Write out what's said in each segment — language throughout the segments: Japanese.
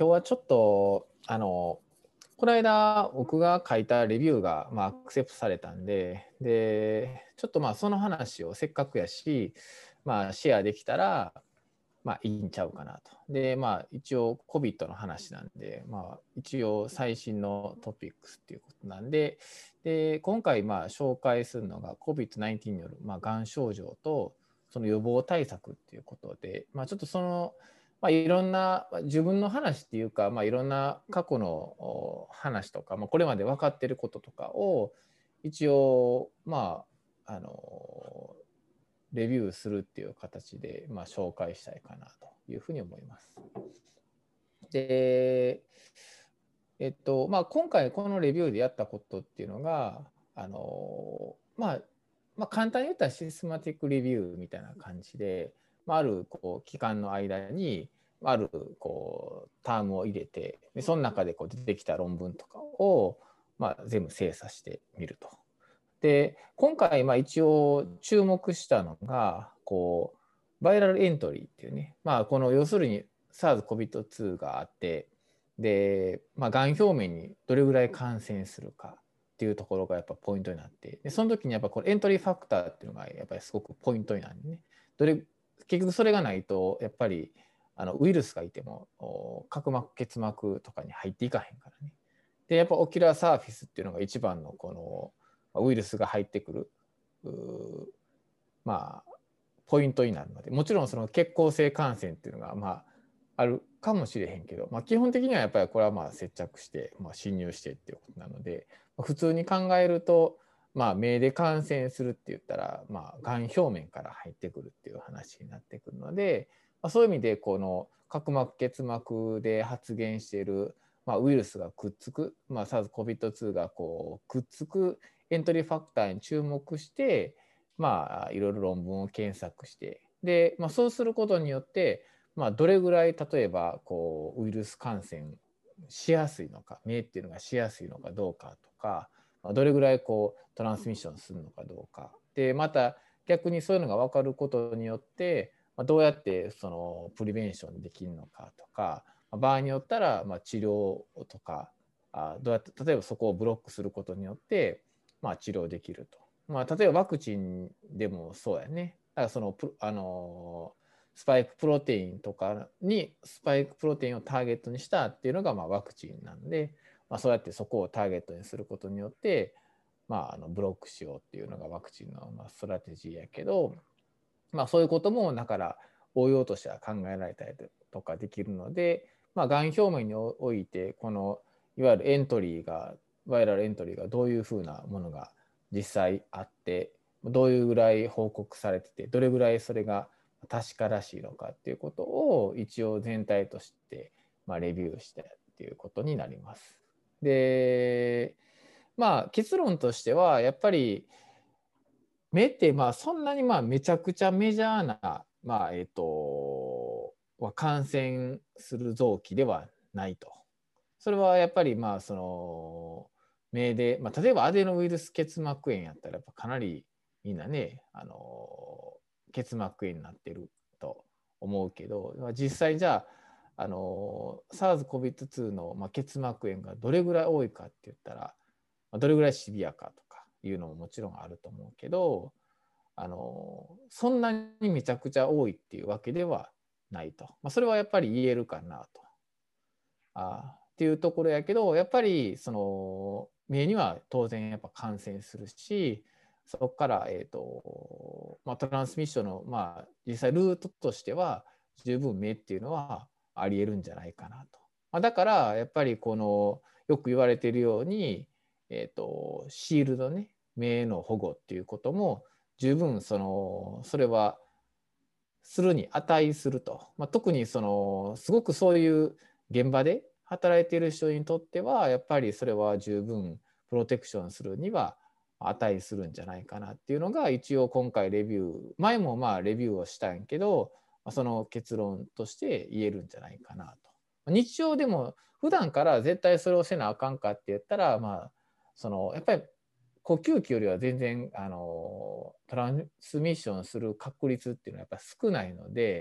はちょっとこの間僕が書いたレビューがアクセプトされたんで、ちょっとその話をせっかくやし、シェアできたらいいんちゃうかなと。で一応 COVID の話なんで、一応最新のトピックスっていうことなんで、今回紹介するのが COVID-19 によるがん症状とその予防対策っていうことで、ちょっとそのいろんな自分の話っていうか、いろんな過去の話とか、これまで分かっていることとかを一応レビューするっていう形で紹介したいかなというふうに思います。で、今回このレビューでやったことっていうのが簡単に言ったらシステマティックレビューみたいな感じで、ある期間の間にあるタームを入れて、その中で出てきた論文とかを全部精査してみると。で今回一応注目したのがバイラルエントリーっていうね、この要するに SARS-CoV-2 があって、でがん表面にどれぐらい感染するかっていうところがやっぱポイントになって、でその時にやっぱこれエントリーファクターっていうのがやっぱりすごくポイントになるね。結局それがないとやっぱりウイルスがいても角膜結膜とかに入っていかへんからね。でやっぱオキュラーサーフィスっていうのが一番のこのウイルスが入ってくるポイントになるので、もちろんその血行性感染っていうのがあるかもしれへんけど、基本的にはやっぱりこれは接着して、侵入してっていうことなので、普通に考えると目で感染するって言ったらがん表面から入ってくるっていう話になってくるので、そういう意味でこの角膜結膜で発現しているウイルスがくっつく、SARS-CoV-2 がくっつくエントリーファクターに注目していろいろ論文を検索して、で、そうすることによってどれぐらい例えばウイルス感染しやすいのか、目っていうのがしやすいのかどうかとか、どれぐらいトランスミッションするのかどうかで、また逆にそういうのが分かることによってどうやってそのプリベンションできるのかとか、場合によったら治療とかどうやって例えばそこをブロックすることによって治療できると。例えばワクチンでもそうやね。だからそのスパイクプロテインとかにスパイクプロテインをターゲットにしたっていうのがワクチンなんで、そうやってそこをターゲットにすることによってブロックしようっていうのがワクチンのストラテジーやけど、そういうこともだから応用としては考えられたりとかできるので、がん表面においてこのいわゆるエントリーがバイラルエントリーがどういうふうなものが実際あって、どういうぐらい報告されてて、どれぐらいそれが確からしいのかっていうことを一応全体としてレビューしてっていうことになります。で結論としてはやっぱり目ってそんなにめちゃくちゃメジャーな感染する臓器ではないと。それはやっぱりその目で、例えばアデノウイルス結膜炎やったらやっぱかなりみんなね結膜炎になってると思うけど、実際じゃあSARS-CoV-2 の結膜炎がどれぐらい多いかって言ったらどれぐらいシビアかとかいうのももちろんあると思うけど、そんなにめちゃくちゃ多いっていうわけではないと、それはやっぱり言えるかなとっていうところやけど、やっぱりその目には当然やっぱ感染するし、そこから、トランスミッションの、実際ルートとしては十分目っていうのはありえるんじゃないかなと。だからやっぱりこのよく言われているように、シールドね、目の保護っていうことも十分それはするに値すると。特にすごくそういう現場で働いている人にとってはやっぱりそれは十分プロテクションするには値するんじゃないかなっていうのが一応今回レビュー、前もレビューをしたんやけど、その結論として言えるんじゃないかなと。日常でも普段から絶対それをせなあかんかって言ったらやっぱり呼吸器よりは全然トランスミッションする確率っていうのはやっぱ少ないので、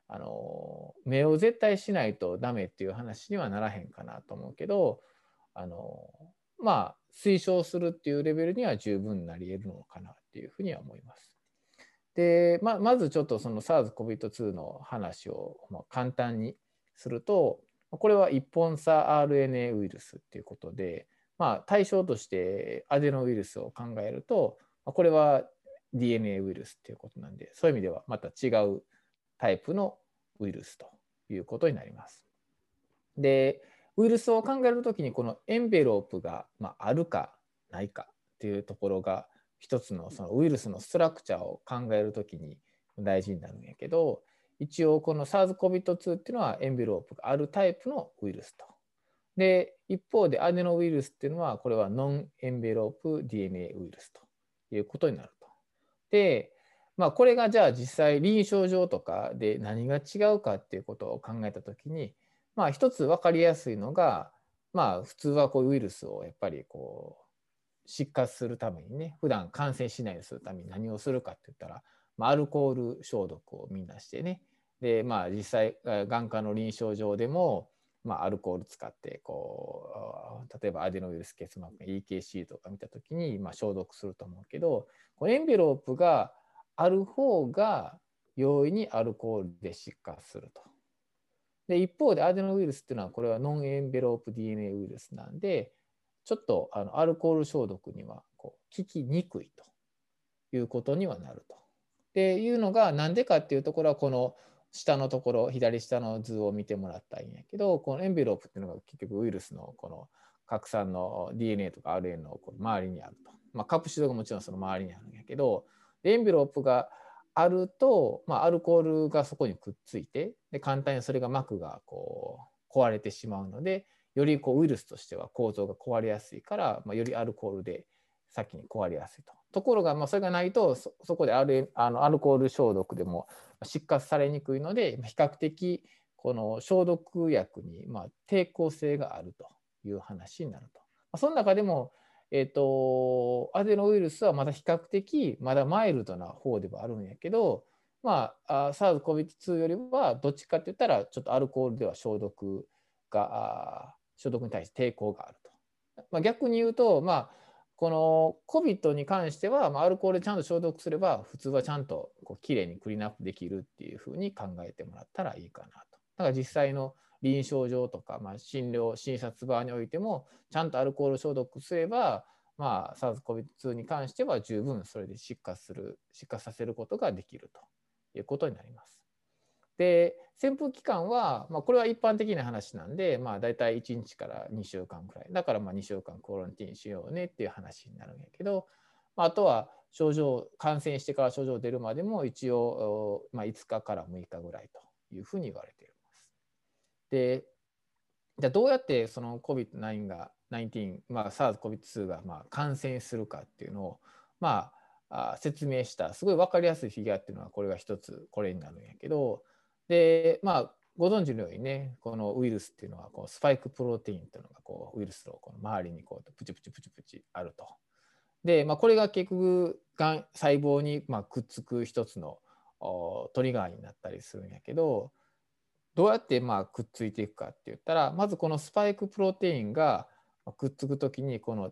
目を絶対しないとダメっていう話にはならへんかなと思うけど、まあ推奨するっていうレベルには十分なり得るのかなっていうふうには思います。で、まずちょっとその SARS-CoV-2 の話を簡単にすると、これは一本差 RNA ウイルスっていうことで、対象としてアデノウイルスを考えると、これは DNA ウイルスっていうことなんで、そういう意味ではまた違うタイプのウイルスということになります。で、ウイルスを考えるときにこのエンベロープがあるかないかっていうところが一つのそのウイルスのストラクチャーを考えるときに大事になるんやけど、一応この SARS-CoV-2 っていうのはエンベロープがあるタイプのウイルスと。で、一方でアデノウイルスっていうのはこれはノンエンベロープ DNA ウイルスということになると。で、これがじゃあ実際臨床上とかで何が違うかっていうことを考えたときに、一つ分かりやすいのが、普通はこうウイルスをやっぱりこう疾患するためにね、普段感染しないようにするために何をするかって言ったら、アルコール消毒をみんなしてね、で、実際眼科の臨床上でも、アルコール使ってこう例えばアデノウイルス結膜が EKC とか見たときに消毒すると思うけど、エンベロープがある方が容易にアルコールで疾患すると。で一方でアデノウイルスっていうのはこれはノンエンベロープ DNA ウイルスなんで、ちょっとアルコール消毒には効きにくいということにはなると。っていうのがなんでかっていうところはこの下のところ、左下の図を見てもらったらいいんやけど、このエンベロープっていうのが結局ウイルスのこの核酸の DNA とか RNA の周りにあると。カプシドがもちろんその周りにあるんやけど、エンベロープがあると、アルコールがそこにくっついて、で簡単にそれが膜が壊れてしまうので、よりウイルスとしては構造が壊れやすいから、よりアルコールで先に壊れやすいと。ところが、それがないと そこでアルコール消毒でも失活されにくいので、比較的この消毒薬に抵抗性があるという話になると。その中でもアデノウイルスはまだ比較的まだマイルドな方ではあるんやけど、SARS-CoV-2 よりはどっちかって言ったらちょっとアルコールでは消毒に対して抵抗があると。逆に言うと、この COVID に関しては、アルコールでちゃんと消毒すれば普通はちゃんときれいにクリーンアップできるっていうふうに考えてもらったらいいかなと。だから実際の臨床上とか、診察場においてもちゃんとアルコール消毒すれば、SARS-CoV-2 に関しては十分それで疾患させることができるということになります。で、潜伏期間は、これは一般的な話なんで、だいたい1日から2週間くらい。だから2週間クオランティンしようねっていう話になるんやけど、あとは感染してから症状出るまでも一応、5日から6日ぐらいというふうに言われています。で、じゃあどうやってその COVID-19 が、SARS-CoV-2 が感染するかっていうのを、説明したすごい分かりやすいフィギュアっていうのはこれが一つこれになるんやけど、でご存知のようにね、このウイルスっていうのはスパイクプロテインっていうのがウイルスの周りにプチプチプチプチあると。で、これが結局細胞にくっつく一つのトリガーになったりするんやけど、どうやってくっついていくかって言ったら、まずこのスパイクプロテインがくっつくときにこの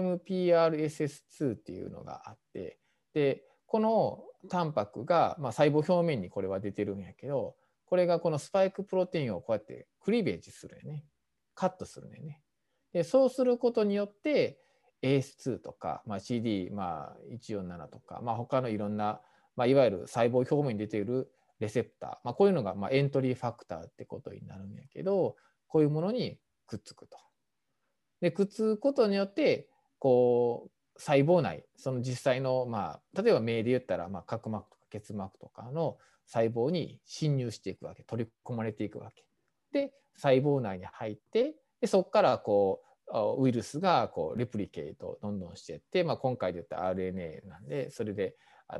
TMPRSS2 っていうのがあって、でこのタンパクが細胞表面にこれは出てるんやけど、これがこのスパイクプロテインをこうやってクリベージするね、カットするね。でそうすることによって ACE2 とか、CD147 とか、他のいろんな、いわゆる細胞表面に出ているレセプター、こういうのがエントリーファクターってことになるんやけど、こういうものにくっつくと。でくっつくことによって細胞内、その実際の、例えば目で言ったら、角膜とか結膜とかの細胞に侵入していくわけ、取り込まれていくわけで、細胞内に入って、でそこからウイルスがレプリケートをどんどんしていって、今回で言ったら RNA なんで、それで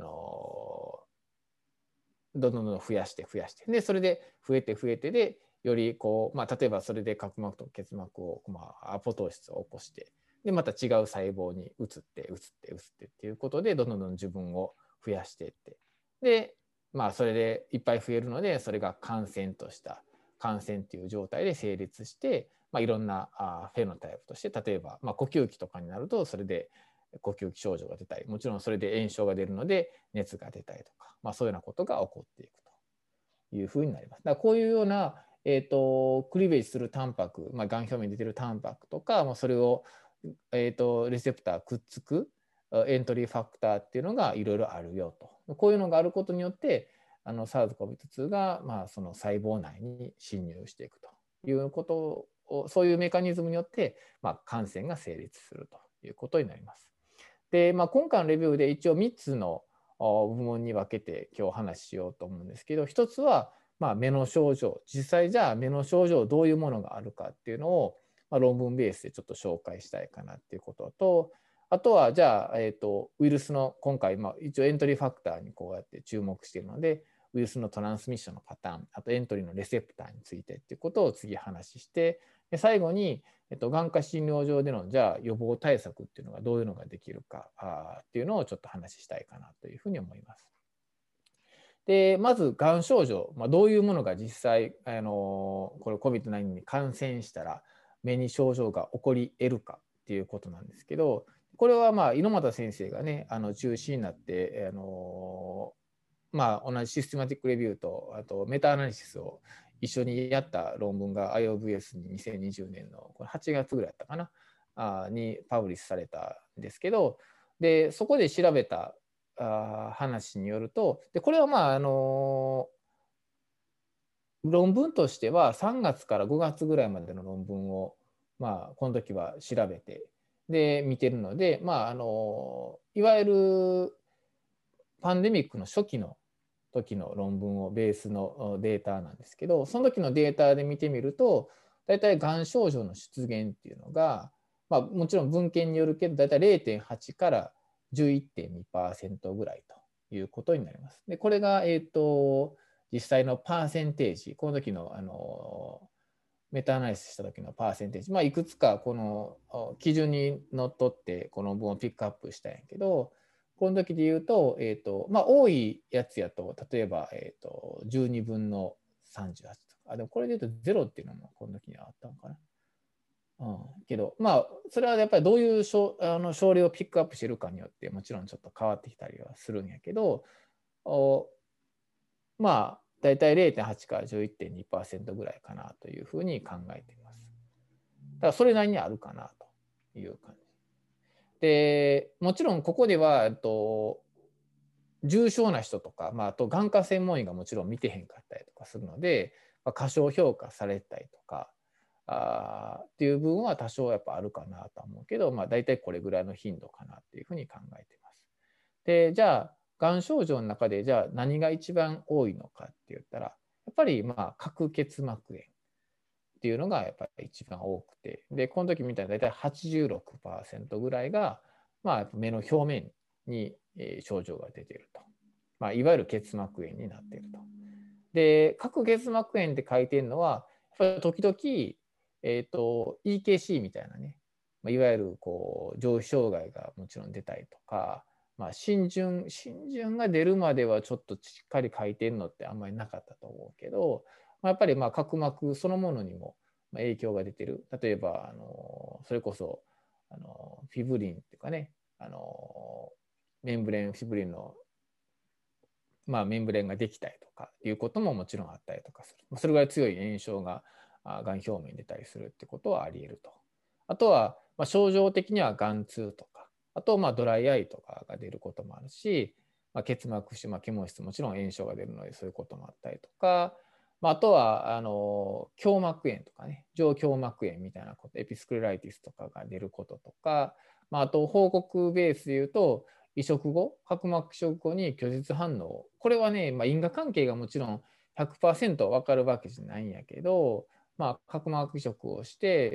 どんどん増やしてでそれで増えてでより例えばそれで角膜と結膜をアポトーシスを起こしてでまた違う細胞に移ってっていうことでどんどん自分を増やしていってでまあそれでいっぱい増えるので、それが感染とした感染っていう状態で成立して、まあ、いろんなフェノタイプとして、例えば、まあ、呼吸器とかになるとそれで呼吸器症状が出たり、もちろんそれで炎症が出るので熱が出たりとか、まあ、そういうようなことが起こっていくというふうになります。だからこういうような、クリベージするタンパク、まあ、がん表面に出てるタンパクとか、まあ、それを、レセプターくっつくエントリーファクターっていうのがいろいろあるよと。こういうのがあることによって、SARS-CoV-2 が、まあ、その細胞内に侵入していくということを、そういうメカニズムによって、まあ、感染が成立するということになります。で、まあ、今回のレビューで一応3つの部門に分けて今日お話ししようと思うんですけど、一つは、まあ、目の症状、実際じゃあ目の症状どういうものがあるかっていうのを、まあ、論文ベースでちょっと紹介したいかなっていうことと、あとはじゃあ、ウイルスの今回、まあ、一応エントリーファクターにこうやって注目しているので、ウイルスのトランスミッションのパターン、あとエントリーのレセプターについてっていうことを次話して、で最後に、眼科診療所でのじゃあ予防対策っていうのがどういうのができるかっていうのをちょっと話したいかなというふうに思います。でまずがん症状、まあ、どういうものが実際これ COVID-19 に感染したら目に症状が起こり得るかっていうことなんですけど、これはまあ猪俣先生がね中心になってまあ、同じシステマティックレビューとあとメタアナリシスを一緒にやった論文が IOVS に2020年のこれ8月ぐらいだったかなにパブリッシュされたんですけど、でそこで調べた話によると、でこれはまあ論文としては3月から5月ぐらいまでの論文を、まあ、この時は調べてで見てるので、まあ、いわゆるパンデミックの初期の時の論文をベースのデータなんですけど、その時のデータで見てみると、大体がん症状の出現っていうのが、まあ、もちろん文献によるけど、大体 0.8 から11.2% ぐらいということになります。で、これが、実際のパーセンテージ、この時の、メタアナリシスした時のパーセンテージ、まあ、いくつかこの基準にのっとってこの文をピックアップしたんやけど、この時で言うと、まあ、多いやつやと、例えば、12分の38とか、でもこれで言うと0っていうのもこの時にはあったのかな。けど、まあ、それはやっぱりどういう症例をピックアップしてるかによって、もちろんちょっと変わってきたりはするんやけど、まあ、だいたい 0.8 から 11.2% ぐらいかなというふうに考えています。だからそれなりにあるかなという感じ。で、もちろんここでは、重症な人とか、まあ、あと眼科専門医がもちろん見てへんかったりとかするので、まあ、過小評価されたりとかっていう部分は多少やっぱあるかなと思うけど、まあ、大体これぐらいの頻度かなっていうふうに考えています。で、じゃあ、がん症状の中でじゃあ何が一番多いのかって言ったら、やっぱりまあ角結膜炎っていうのがやっぱり一番多くて、で、この時みたいに大体 86% ぐらいが、まあ、目の表面に症状が出ていると。まあ、いわゆる結膜炎になっていると。で、角結膜炎って書いてるのは、やっぱり時々、EKC みたいなね、いわゆるこう上皮障害がもちろん出たりとか、まあ、浸潤が出るまではちょっとしっかり書いてるのってあんまりなかったと思うけど、やっぱりまあ角膜そのものにも影響が出てる。例えばそれこそフィブリンっていうかね、メンブレンフィブリンの、まあ、メンブレンができたりとかいうことももちろんあったりとかする。それぐらい強い炎症ががん表面に出たりするってことはあり得ると。あとは、まあ、症状的には眼痛とか、あとまあドライアイとかが出ることもあるし、まあ、結膜腫、まあ、ケモ質もちろん炎症が出るのでそういうこともあったりとか、まあ、あとは胸膜炎とかね、上胸膜炎みたいなこと、エピスクレライティスとかが出ることとか、まあ、あと報告ベースで言うと、移植後、角膜移植後に拒絶反応、これはね、まあ、因果関係がもちろん100% 分かるわけじゃないんやけど、まあ、角膜移植をして、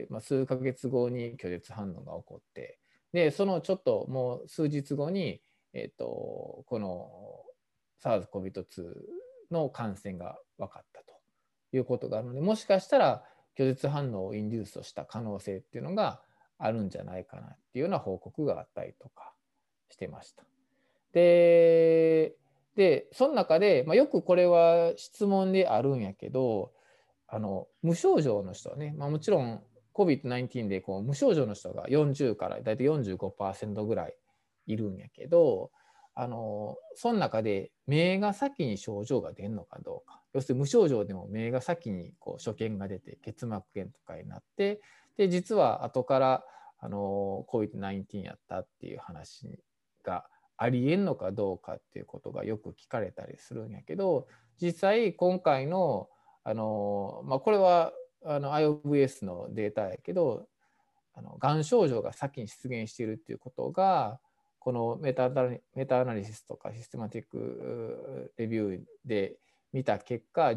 まあ、数ヶ月後に拒絶反応が起こって、で、そのちょっともう数日後に、この SARS-CoV-2 の感染が分かったということがあるので、もしかしたら拒絶反応をインデュースした可能性っていうのがあるんじゃないかなっていうような報告があったりとかしてました。で、 でその中で、よくこれは質問であるんやけど、無症状の人はね、もちろん COVID-19 でこう無症状の人が40からだいたい 45% ぐらいいるんやけど、その中で目が先に症状が出るのかどうか、要するに無症状でも目が先にこう所見が出て結膜炎とかになって、で実は後からCOVID-19 やったっていう話がありえんのかどうかっていうことがよく聞かれたりするんやけど、実際今回のこれはIOVS のデータやけど、がん症状が先に出現しているっていうことがこのメタアナリシスとかシステマティックレビューで見た結果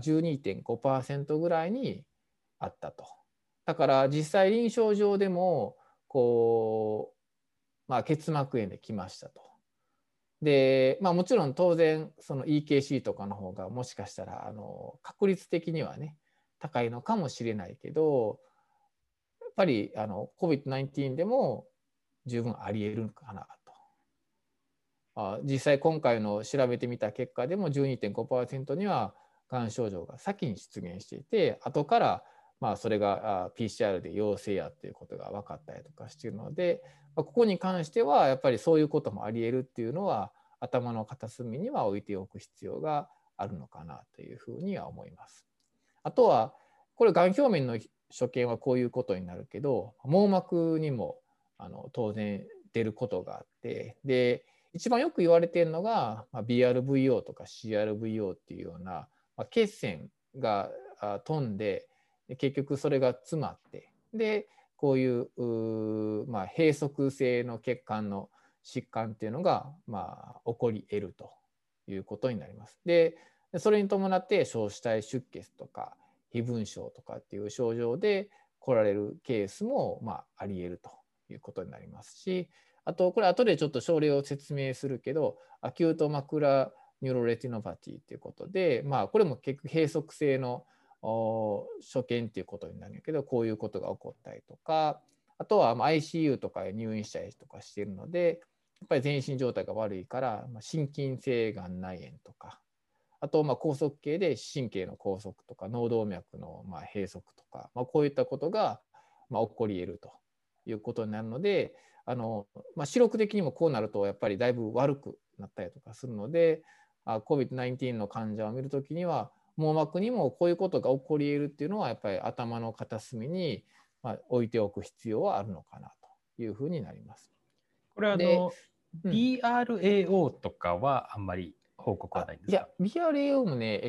12.5% ぐらいにあったと。だから実際臨床上でもこう、結膜炎で来ましたと。で、もちろん当然その EKC とかの方がもしかしたら確率的にはね高いのかもしれないけど、やっぱりCOVID-19 でも十分ありえるかなと。実際今回の調べてみた結果でも 12.5% にはがん症状が先に出現していて、後からそれが PCR で陽性やっていうことが分かったりとかしているので、ここに関してはやっぱりそういうこともありえるっていうのは頭の片隅には置いておく必要があるのかなというふうには思います。あとはこれがん表面の所見はこういうことになるけど、網膜にも当然出ることがあって、で一番よく言われているのが BRVO とか CRVO っていうような血栓が飛んで結局それが詰まって、でこういう閉塞性の血管の疾患っていうのが起こり得るということになります。でそれに伴って小子体出血とか非分症とかっていう症状で来られるケースもあり得るということになりますし、あとこれ後でちょっと症例を説明するけど、アキュートマクラニューロレティノパティということで、これも結局閉塞性の所見っていうことになるんだけど、こういうことが起こったりとか、あとはICU とか入院したりとかしているので、やっぱり全身状態が悪いから心筋性眼内炎とか、あと拘束系で神経の拘束とか脳動脈の閉塞とか、こういったことが起こり得るということになるので、視力的にもこうなるとやっぱりだいぶ悪くなったりとかするので、COVID-19 の患者を見るときには網膜にもこういうことが起こり得るっていうのはやっぱり頭の片隅に置いておく必要はあるのかなというふうになります。 これはBRAO とかはあんまり報告はないんですか？ いや BRAO もね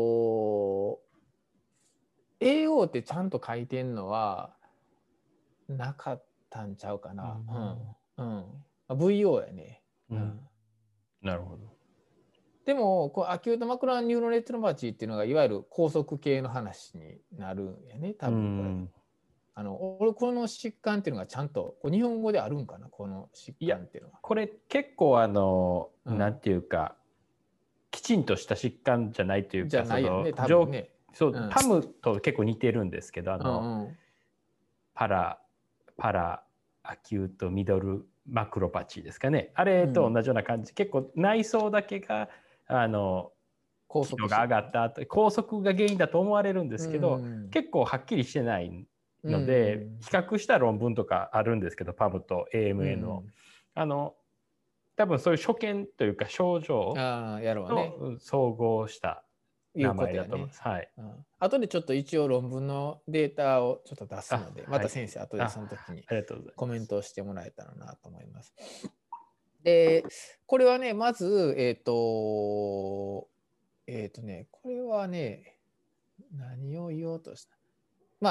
AO ってちゃんと書いてんのはなかったんちゃうかな。VO やね。 なるほど。 でもこうアキュートマクロニューロレティノパチーっていうのがいわゆる高速系の話になるんやね、多分これ。俺この疾患っていうのがちゃんと日本語であるんかな、この疾患っていうのは。 これ結構なんていうかきちんとした疾患じゃないというか、 じゃないよね、多分ね。 パムと結構似てるんですけど、パラアキュートミドルマクロパチーですかね、あれと同じような感じ、結構内臓だけが気度が上がった後、拘束が原因だと思われるんですけど、結構はっきりしてないので、比較した論文とかあるんですけど、パムと AMA の、多分そういう所見というか症状と総合した名前だと思います。 後でちょっと一応論文のデータをちょっと出すので、また先生後でその時にコメントをしてもらえたらなと思います。でこれはね、まずこれはね、何を言おうとした。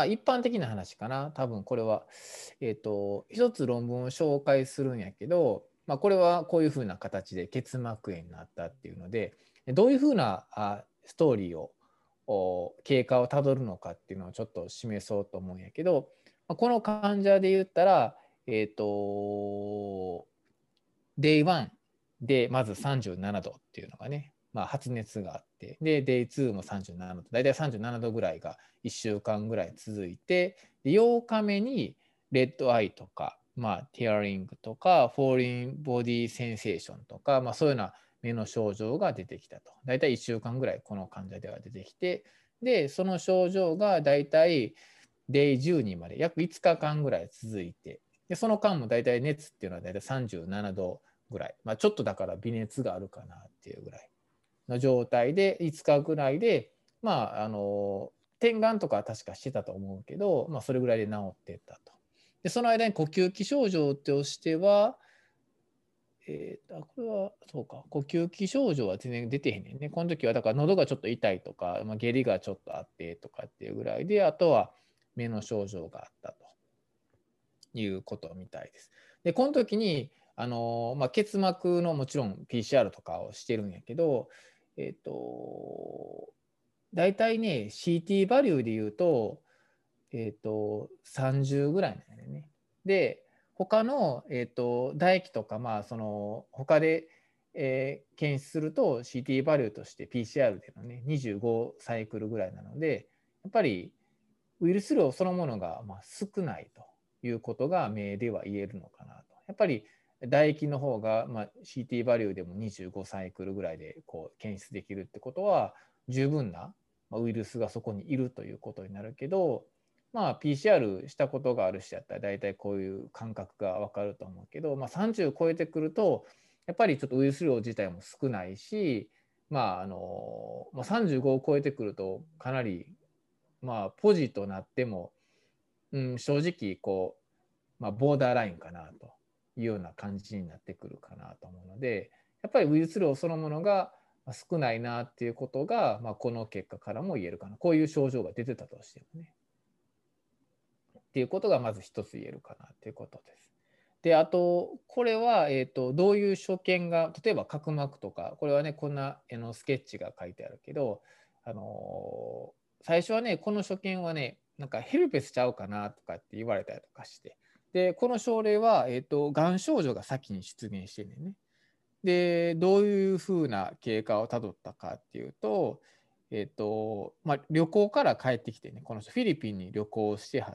一般的な話かな。多分これは一つ論文を紹介するんやけど、これはこういうふうな形で結膜炎になったっていうので、どういうふうなストーリーを経過をたどるのかっていうのをちょっと示そうと思うんやけど、この患者で言ったらDay1 でまず37度っていうのがね、発熱があって、で Day2 も37度、大体37度ぐらいが1週間ぐらい続いて、で8日目にレッドアイとか、ティアリングとかフォーリンボディセンセーションとか、そういうような目の症状が出てきたと。だいたい1週間ぐらいこの患者では出てきて、でその症状がだいたいデイ12まで約5日間ぐらい続いて、でその間もだいたい熱っていうのはだいたい37度ぐらい、ちょっとだから微熱があるかなっていうぐらいの状態で5日ぐらいで、点眼とかは確かしてたと思うけど、それぐらいで治ってったと。でその間に呼吸器症状としては、これはそうか、呼吸器症状は全然出てへんねんね。この時はだから喉がちょっと痛いとか、下痢がちょっとあってとかっていうぐらいで、あとは目の症状があったということみたいです。でこの時に結膜のもちろん PCR とかをしてるんやけど、大体ね CT バリューで言うと、30ぐらいなんだよね。で他の、唾液とか他で、検出すると CT バリューとして PCR でのね25サイクルぐらいなので、やっぱりウイルス量そのものが少ないということが目では言えるのかなと。やっぱり唾液の方が、CT バリューでも25サイクルぐらいで検出できるってことは十分なウイルスがそこにいるということになるけど、PCR したことがある人やったら大体こういう感覚が分かると思うけど、30超えてくるとやっぱりちょっとウイルス量自体も少ないし、35を超えてくるとかなりポジとなっても、正直ボーダーラインかなというような感じになってくるかなと思うので、やっぱりウイルス量そのものが少ないなっていうことが、この結果からも言えるかな。こういう症状が出てたとしてもね。っていうことがまず一つ言えるかなということです。であとこれは、どういう所見が、例えば角膜とか、これはねこんな絵のスケッチが書いてあるけど、最初はねこの所見はねなんかヘルペスちゃうかなとかって言われたりとかして、でこの症例は、がん症状が先に出現してるね。でどういうふうな経過をたどったかっていうと、旅行から帰ってきてね、この人フィリピンに旅行してはって、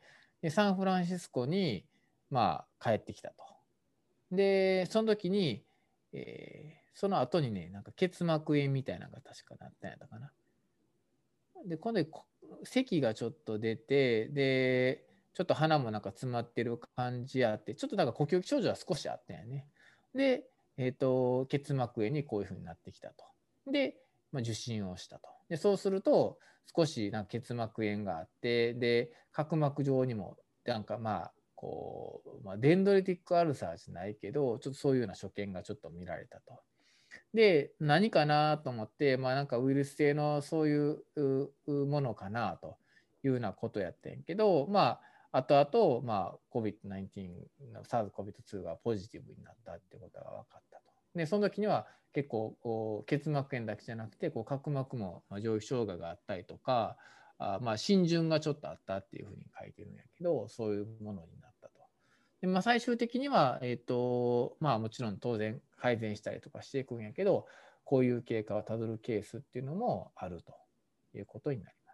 でサンフランシスコに帰ってきたと。でその時に、その後にねなんか結膜炎みたいなのが確かなったんやったかな。で今度咳がちょっと出て、でちょっと鼻もなんか詰まってる感じあって、ちょっとなんか呼吸器症状は少しあったんやね。で、結膜炎にこういうふうになってきたと。で、受診をしたと。でそうすると少しなんか結膜炎があって、で角膜上にもなんかデンドリティックアルサーじゃないけど、ちょっとそういうような所見がちょっと見られたと。で何かなと思って、なんかウイルス性のそういうものかなというようなことやってんけど、後々、COVID-19 の SARS-CoV-2 がポジティブになったっていうことが分かったと。でその時には結構結膜炎だけじゃなくて角膜も上皮障害があったりとか、浸潤がちょっとあったっていうふうに書いてるんやけど、そういうものになったと。で最終的には、もちろん当然改善したりとかしていくんやけど、こういう経過をたどるケースっていうのもあるということになります。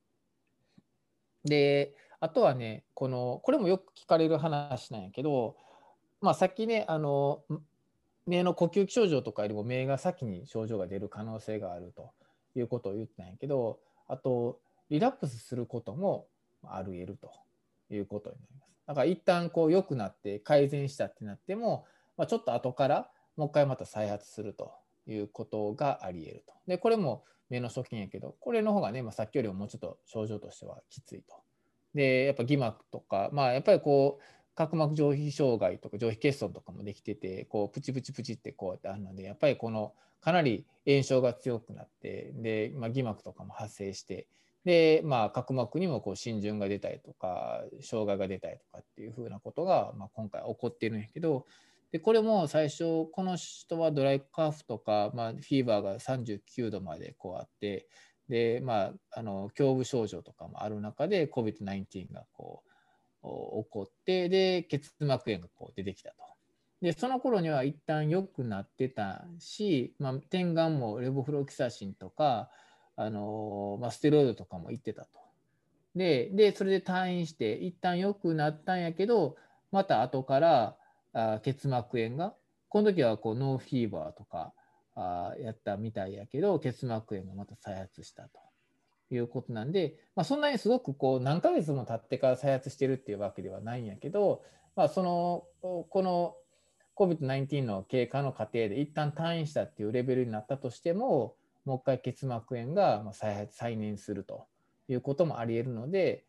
であとはねこれもよく聞かれる話なんやけど、さっきね目の呼吸器症状とかよりも目が先に症状が出る可能性があるということを言ったんやけど、あとリラックスすることもあり得るということになります。だから一旦良くなって改善したってなっても、ちょっと後からもう一回また再発するということがあり得ると。でこれも目の所見やけど、これの方がね、さっきよりももうちょっと症状としてはきついと。でやっぱ偽膜とか、やっぱり角膜上皮障害とか上皮欠損とかもできてて、プチプチプチってこうやってあるので、やっぱりかなり炎症が強くなって、で、偽膜とかも発生して、で、角膜にも浸潤が出たりとか障害が出たりとかっていうふうなことが、今回起こっているんやけど、でこれも最初この人はドライカフとか、フィーバーが39度まであって、で胸部症状とかもある中で COVID-19 が起こって、で結膜炎が出てきたと。でその頃には一旦良くなってたし、点眼もレボフロキサシンとかステロイドとかも言ってたと。でそれで退院して一旦良くなったんやけど、また後から結膜炎がこの時はこうノーフィーバーとかやったみたいやけど、結膜炎がまた再発したということなんで、そんなにすごくこう何ヶ月も経ってから再発してるっていうわけではないんやけど、この COVID-19 の経過の過程で一旦退院したっていうレベルになったとしても、もう一回結膜炎が再燃するということもあり得るので、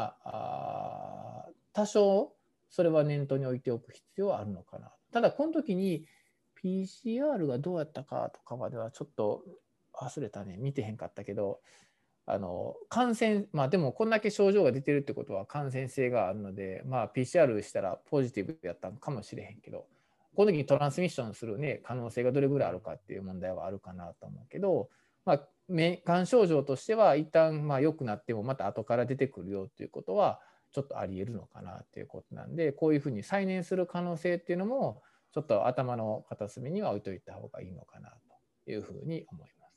多少それは念頭に置いておく必要はあるのかな。ただこの時に PCR がどうやったかとかまではちょっと忘れたね、見てへんかったけど、感染、でもこんだけ症状が出てるってことは感染性があるので、PCR したらポジティブやったのかもしれへんけど、この時にトランスミッションする、可能性がどれぐらいあるかっていう問題はあるかなと思うけど、がん症状としては一旦良くなってもまた後から出てくるよっていうことはちょっとあり得るのかなっていうことなんで、こういうふうに再燃する可能性っていうのもちょっと頭の片隅には置いといた方がいいのかなというふうに思います。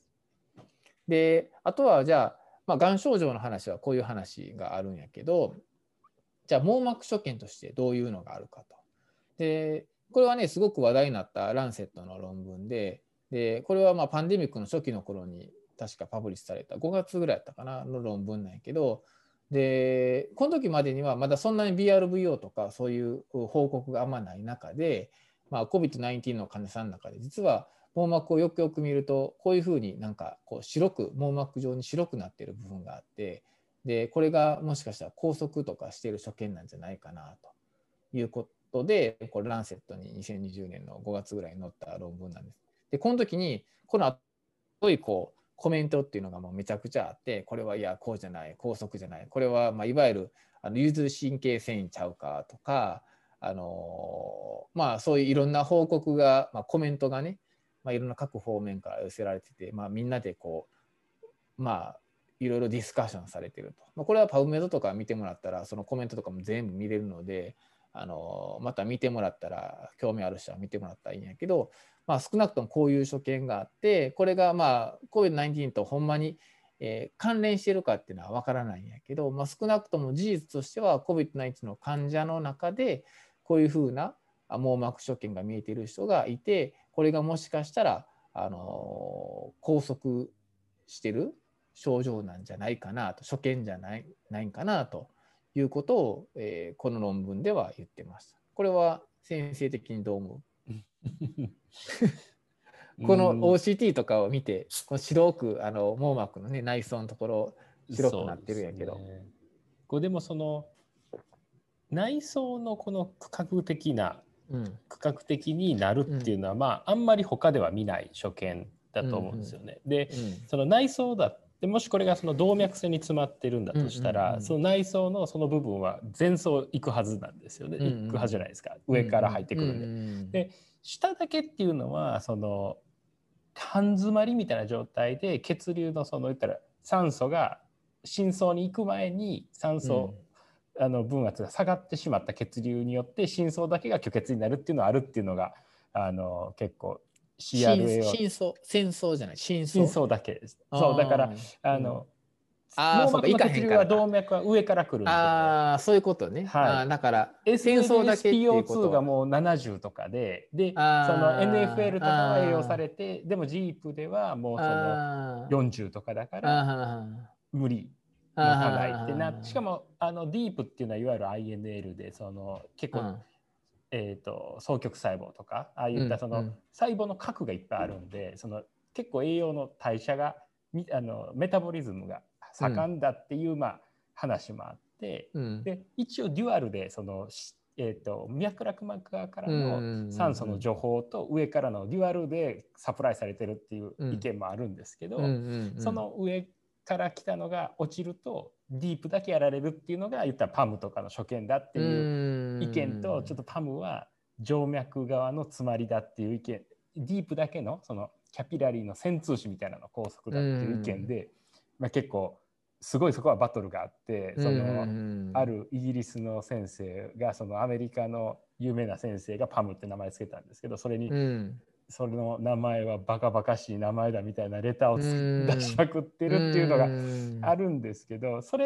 で、あとはじゃあ、がん症状の話はこういう話があるんやけど、じゃあ網膜所見としてどういうのがあるかと。で、これはね、すごく話題になったランセットの論文で、これはパンデミックの初期の頃に確かパブリッシュされた5月ぐらいだったかなの論文なんやけど、で、この時までにはまだそんなに BRVO とかそういう報告があんまない中で、COVID-19 の患者さんの中で実は網膜をよくよく見るとこういうふうになんかこう白く網膜上に白くなっている部分があって、でこれがもしかしたら拘束とかしている所見なんじゃないかなということで、これランセットに2020年の5月ぐらいに載った論文なんです。でこの時にこの後にこうコメントっていうのがもうめちゃくちゃあって、これはいやこうじゃない、拘束じゃない、これはいわゆる融通神経線ちゃうかとか、そういういろんな報告が、コメントがね、いろんな各方面から寄せられてて、みんなでこういろいろディスカッションされてると。これはパブメドとか見てもらったらそのコメントとかも全部見れるので、また見てもらったら興味ある人は見てもらったらいいんやけど、少なくともこういう所見があって、これがCOVID-19 とほんまに関連しているかっていうのは分からないんやけど、少なくとも事実としては COVID-19 の患者の中でこういうふうな網膜所見が見えている人がいて、これがもしかしたら拘束してる症状なんじゃないかなと、所見じゃないんかなということを、この論文では言ってました。これは先生的にどう思う？この OCT とかを見て、この白く網膜の、内装のところ白くなってるんやけど、 これでもその内装のこの区画的になるっていうのは、あんまり他では見ない所見だと思うんですよね。で、その内装だってもしこれがその動脈線に詰まってるんだとしたら、その内装のその部分は前層行くはずなんですよね。行くはずじゃないですか。上から入ってくるんで。で、下だけっていうのはその半詰まりみたいな状態で血流の言ったら酸素が深層に行く前に酸素、分圧が下がってしまった血流によって深層だけが虚血になるっていうのがあるっていうのが結構 CRA を深層じゃない、深層だけです。そうだから網膜の血流は動脈は上から来るんで、 そういうことね。だから深層だけっていうことは SpO2 がもう70とかでその NFL とかは栄養されて、でも JEEP ではもうその40とかだから無理。持たないってしかもディープっていうのはいわゆる INL でその結構、双極細胞とかああいったその細胞の核がいっぱいあるんで、その結構栄養の代謝がメタボリズムが盛んだっていう話もあって、で一応デュアルでその脈絡膜側からの酸素の情報と上からのデュアルでサプライされてるっていう意見もあるんですけど、その上から来たのが落ちるとディープだけやられるっていうのが言ったらパムとかの所見だっていう意見と、ちょっとパムは静脈側の詰まりだっていう意見、ディープだけのそのキャピラリーの線通しみたいなの拘束だっていう意見で、結構すごいそこはバトルがあって、そのあるイギリスの先生がそのアメリカの有名な先生がパムって名前つけたんですけど、それにそれの名前はバカバカしい名前だみたいなレターを出しまくってるっていうのがあるんですけど、それ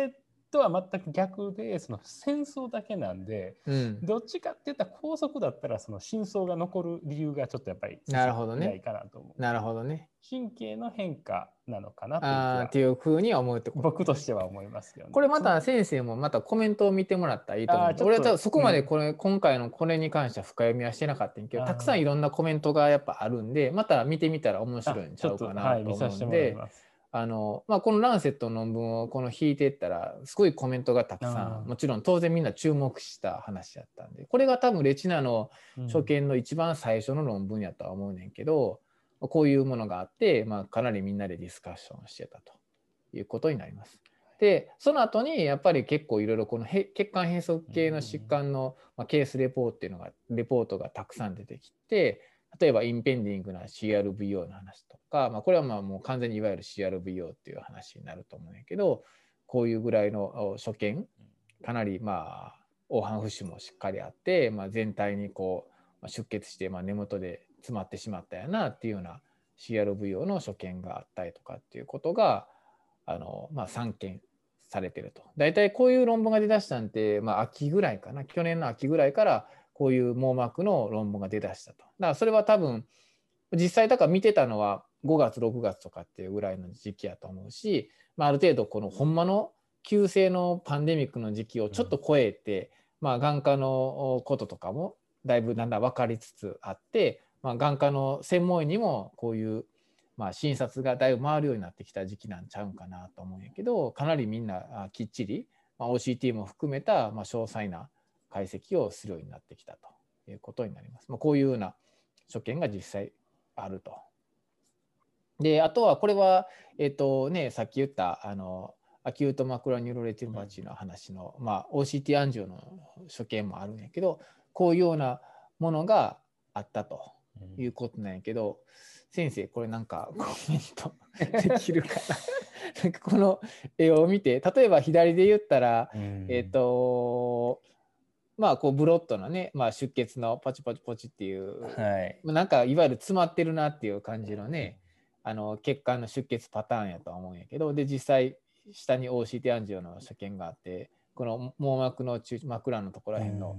とは全く逆で、その戦争だけなんで、 うん、 どっちかって言ったら高速だったらその真相が残る理由がちょっとやっぱりなるほどね。 ないかなと思う。 なるほどね。 神経の変化なのかなという気はっていうふうには思うってこと、ね、 僕としては思いますよね。 これまた先生もまたコメントを見てもらったらいいと思う。俺は多分そこまでこれ、今回のこれに関しては深読みはしてなかったんやけど、たくさんいろんなコメントがやっぱあるんで、また見てみたら面白いんちゃうかなと思うんで、このランセットの論文をこの引いていったらすごいコメントがたくさん、もちろん当然みんな注目した話やったんで、これが多分レチナの所見の一番最初の論文やとは思うねんけど、こういうものがあって、かなりみんなでディスカッションしてたということになります。でその後にやっぱり結構いろいろこの血管閉塞系の疾患のケースレポートがたくさん出てきて、例えばインペンディングな CRVO の話とか、これはもう完全にいわゆる CRVO っていう話になると思うんやけど、こういうぐらいの所見、かなり黄斑浮腫もしっかりあって、全体にこう出血して根元で詰まってしまったやなっていうような CRVO の所見があったりとかっていうことが散見されてると。大体こういう論文が出だしたんで、秋ぐらいかな、去年の秋ぐらいからこういう網膜の論文が出だしたと。だからそれは多分実際だから見てたのは5月6月とかっていうぐらいの時期やと思うし、ある程度このほんまの急性のパンデミックの時期をちょっと超えて、眼科のこととかもだいぶだんだん分かりつつあって、眼科の専門医にもこういう診察がだいぶ回るようになってきた時期なんちゃうんかなと思うんやけど、かなりみんなきっちり、OCT も含めた詳細な解析をするようになってきたということになります。こういうような所見が実際あると。であとはこれは、さっき言ったアキュートマクラニューロレティノパチの話の、OCT アンジオの所見もあるんやけど、こういうようなものがあったということなんやけど、先生これなんかコメントできるかななんかこの絵を見て、例えば左で言ったら、こうブロッドのね、出血のポチポチポチっていう、なんかいわゆる詰まってるなっていう感じのね、血管の出血パターンやとは思うんやけど、で実際下に OCT アンジオの所見があって、この網膜の枕のところらへんの、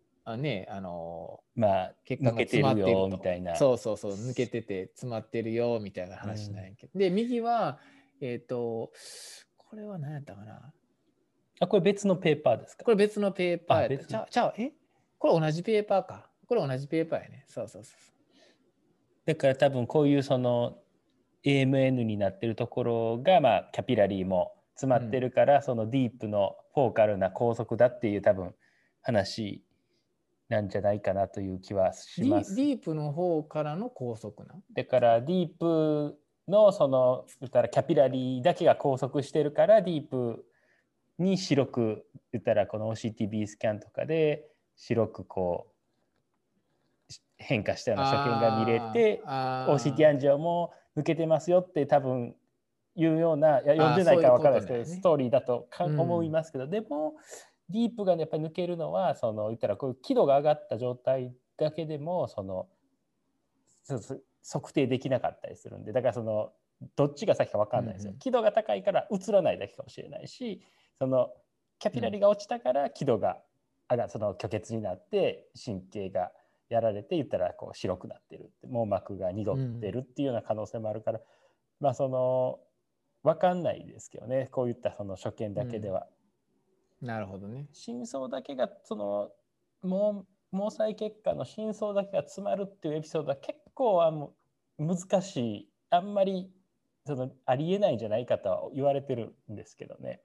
血管が詰まってると、そう抜けてて詰まってるよみたいな話なんやけど、で右はこれは何やったかな、 これ別のペーパーですか？ これ別のペーパーやった。じゃあこれ同じペーパーか。これ同じペーパーやね。そう。 だから多分こういうその AMN になってるところがキャピラリーも詰まってるから、そのディープのフォーカルな拘束だっていう多分話なんじゃないかなという気はします。 ディープの方からの拘束な。 だからディープのその言ったらキャピラリーだけが拘束してるから、ディープに白く言ったらこの OCTB スキャンとかで白くこう変化したような所見が見れて、 OCT アンジオも抜けてますよって多分いうような、読んでないか分からないですけど、ストーリーだと思いますけど、でもディープがやっぱり抜けるのはその言ったらこういう輝度が上がった状態だけでもその測定できなかったりするんで、だからそのどっちが先か分かんないですよ。輝度が高いから映らないだけかもしれないし、そのキャピラリが落ちたから輝度がその虚血になって神経がやられて言ったらこう白くなってるって、網膜が濁ってるっていうような可能性もあるから、その分かんないですけどね、こういったその所見だけでは。 なるほどね。 深層だけがその毛細血管の深層だけが詰まるっていうエピソードは結構難しい、あんまりそのありえないんじゃないかとは言われてるんですけどね。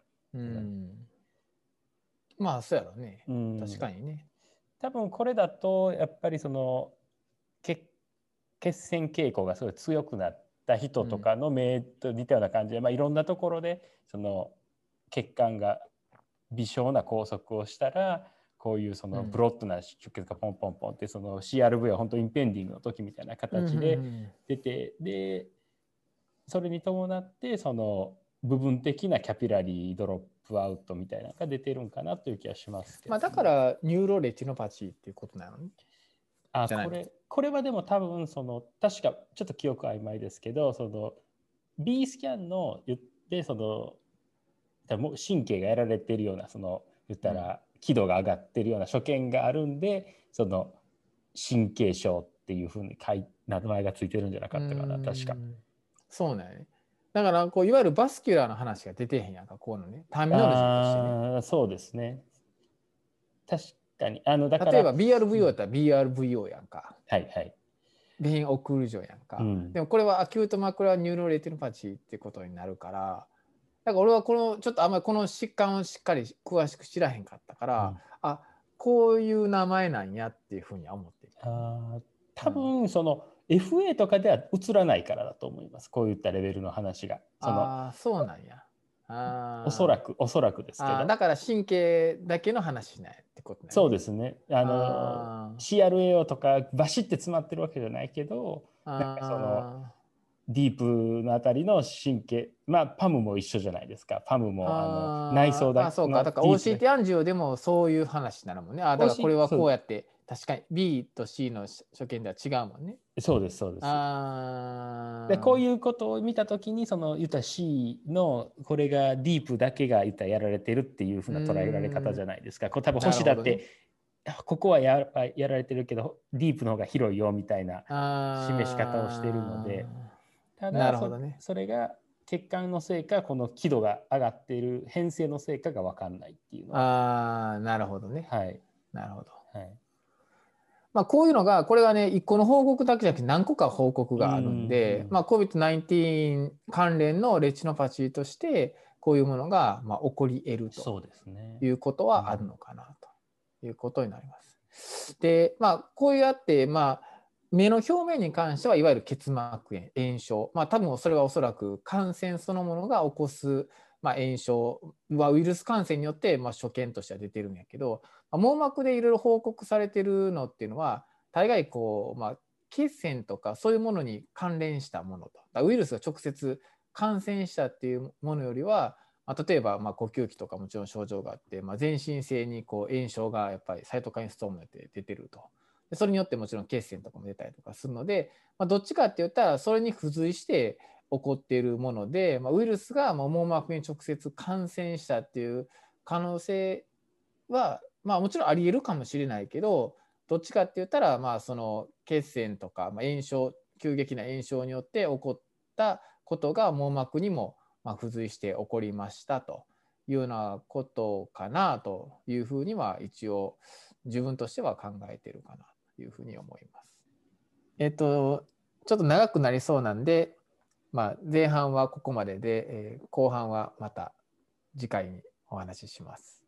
そうやろね。確かにね。 多分これだとやっぱりその血栓傾向がすごい強くなった人とかの目と似たような感じで、いろんなところでその血管が微小な拘束をしたら、こういうそのブロッドな出血がポンポンポンって、その CRV は本当インペンディングの時みたいな形で出て、でそれに伴ってその部分的なキャピラリードロップアウトみたいなのが出てるんかなという気がしますけど、 だからニューロレティノパチっていうことなのね。 これはでも多分その確かちょっと記憶曖昧ですけど、その B スキャンの言ってそのもう神経がやられてるようなその言ったら輝度が上がってるような所見があるんで、その神経症っていうふうに名前がついてるんじゃなかったかな、確か。 そうなんやね。だからこういわゆるバスキュラーの話が出てへんやんか、こうのね、ターミノロジーとしてね。 そうですね。確かに。だから例えば BRVO だったら BRVO やんか。 はいはい。 ベインオクルージョンやんか。でもこれはアキュートマクラニューロレティノパチーってことになるから、だから俺はこのちょっとあんまりこの疾患をしっかり詳しく知らへんかったから、あ、こういう名前なんやっていうふうには思ってる。 多分その FA とかでは映らないからだと思います。こういったレベルの話が。 そうなんや。 おそらくですけど。 だから神経だけの話しないってことね。 そうですね。CRAO とかバシッて詰まってるわけじゃないけど、なんかそのディープのあたりの神経、まあパムも一緒じゃないですか。パムも内臓だけ。 そうか。だから OCT アンジオでもそういう話なのもんね。だからこれはこうやって確かに B と C の所見では違うもんね。 そうですそうです。でこういうことを見たときにその言った C のこれがディープだけが言ったらやられてるっていうふうな捉えられ方じゃないですか。多分星だって、ここはやられてるけどディープの方が広いよみたいな示し方をしているので、ただそれが血管のせいかこの輝度が上がっている変性のせいかが分かんないっていうのは。 なるほどね。 はい。 なるほど。 はい。 まあこういうのがこれがね1個の報告だけじゃなくて何個か報告があるんで、まあ COVID-19 関連のレチノパチーとしてこういうものがまあ起こり得るということはあるのかなということになります。でまあこうやってまあ目の表面に関してはいわゆる結膜炎炎症、まあ多分それはおそらく感染そのものが起こすまあ炎症はウイルス感染によってまあ所見としては出てるんやけど、網膜でいろいろ報告されてるのっていうのは大概こう、まあ、血栓とかそういうものに関連したものと、ウイルスが直接感染したっていうものよりは、まあ、例えばまあ呼吸器とかもちろん症状があって、まあ、全身性にこう炎症がやっぱりサイトカインストームで出てると。でそれによってもちろん血栓とかも出たりとかするので、まあ、どっちかって言ったらそれに付随して起こっているもので、まあ、ウイルスが網膜に直接感染したっていう可能性はまあもちろんありえるかもしれないけど、どっちかって言ったらまあその血栓とか炎症、急激な炎症によって起こったことが網膜にもまあ付随して起こりましたというようなことかなというふうには一応自分としては考えているかなというふうに思います。ちょっと長くなりそうなんで、まあ、前半はここまでで、後半はまた次回にお話しします。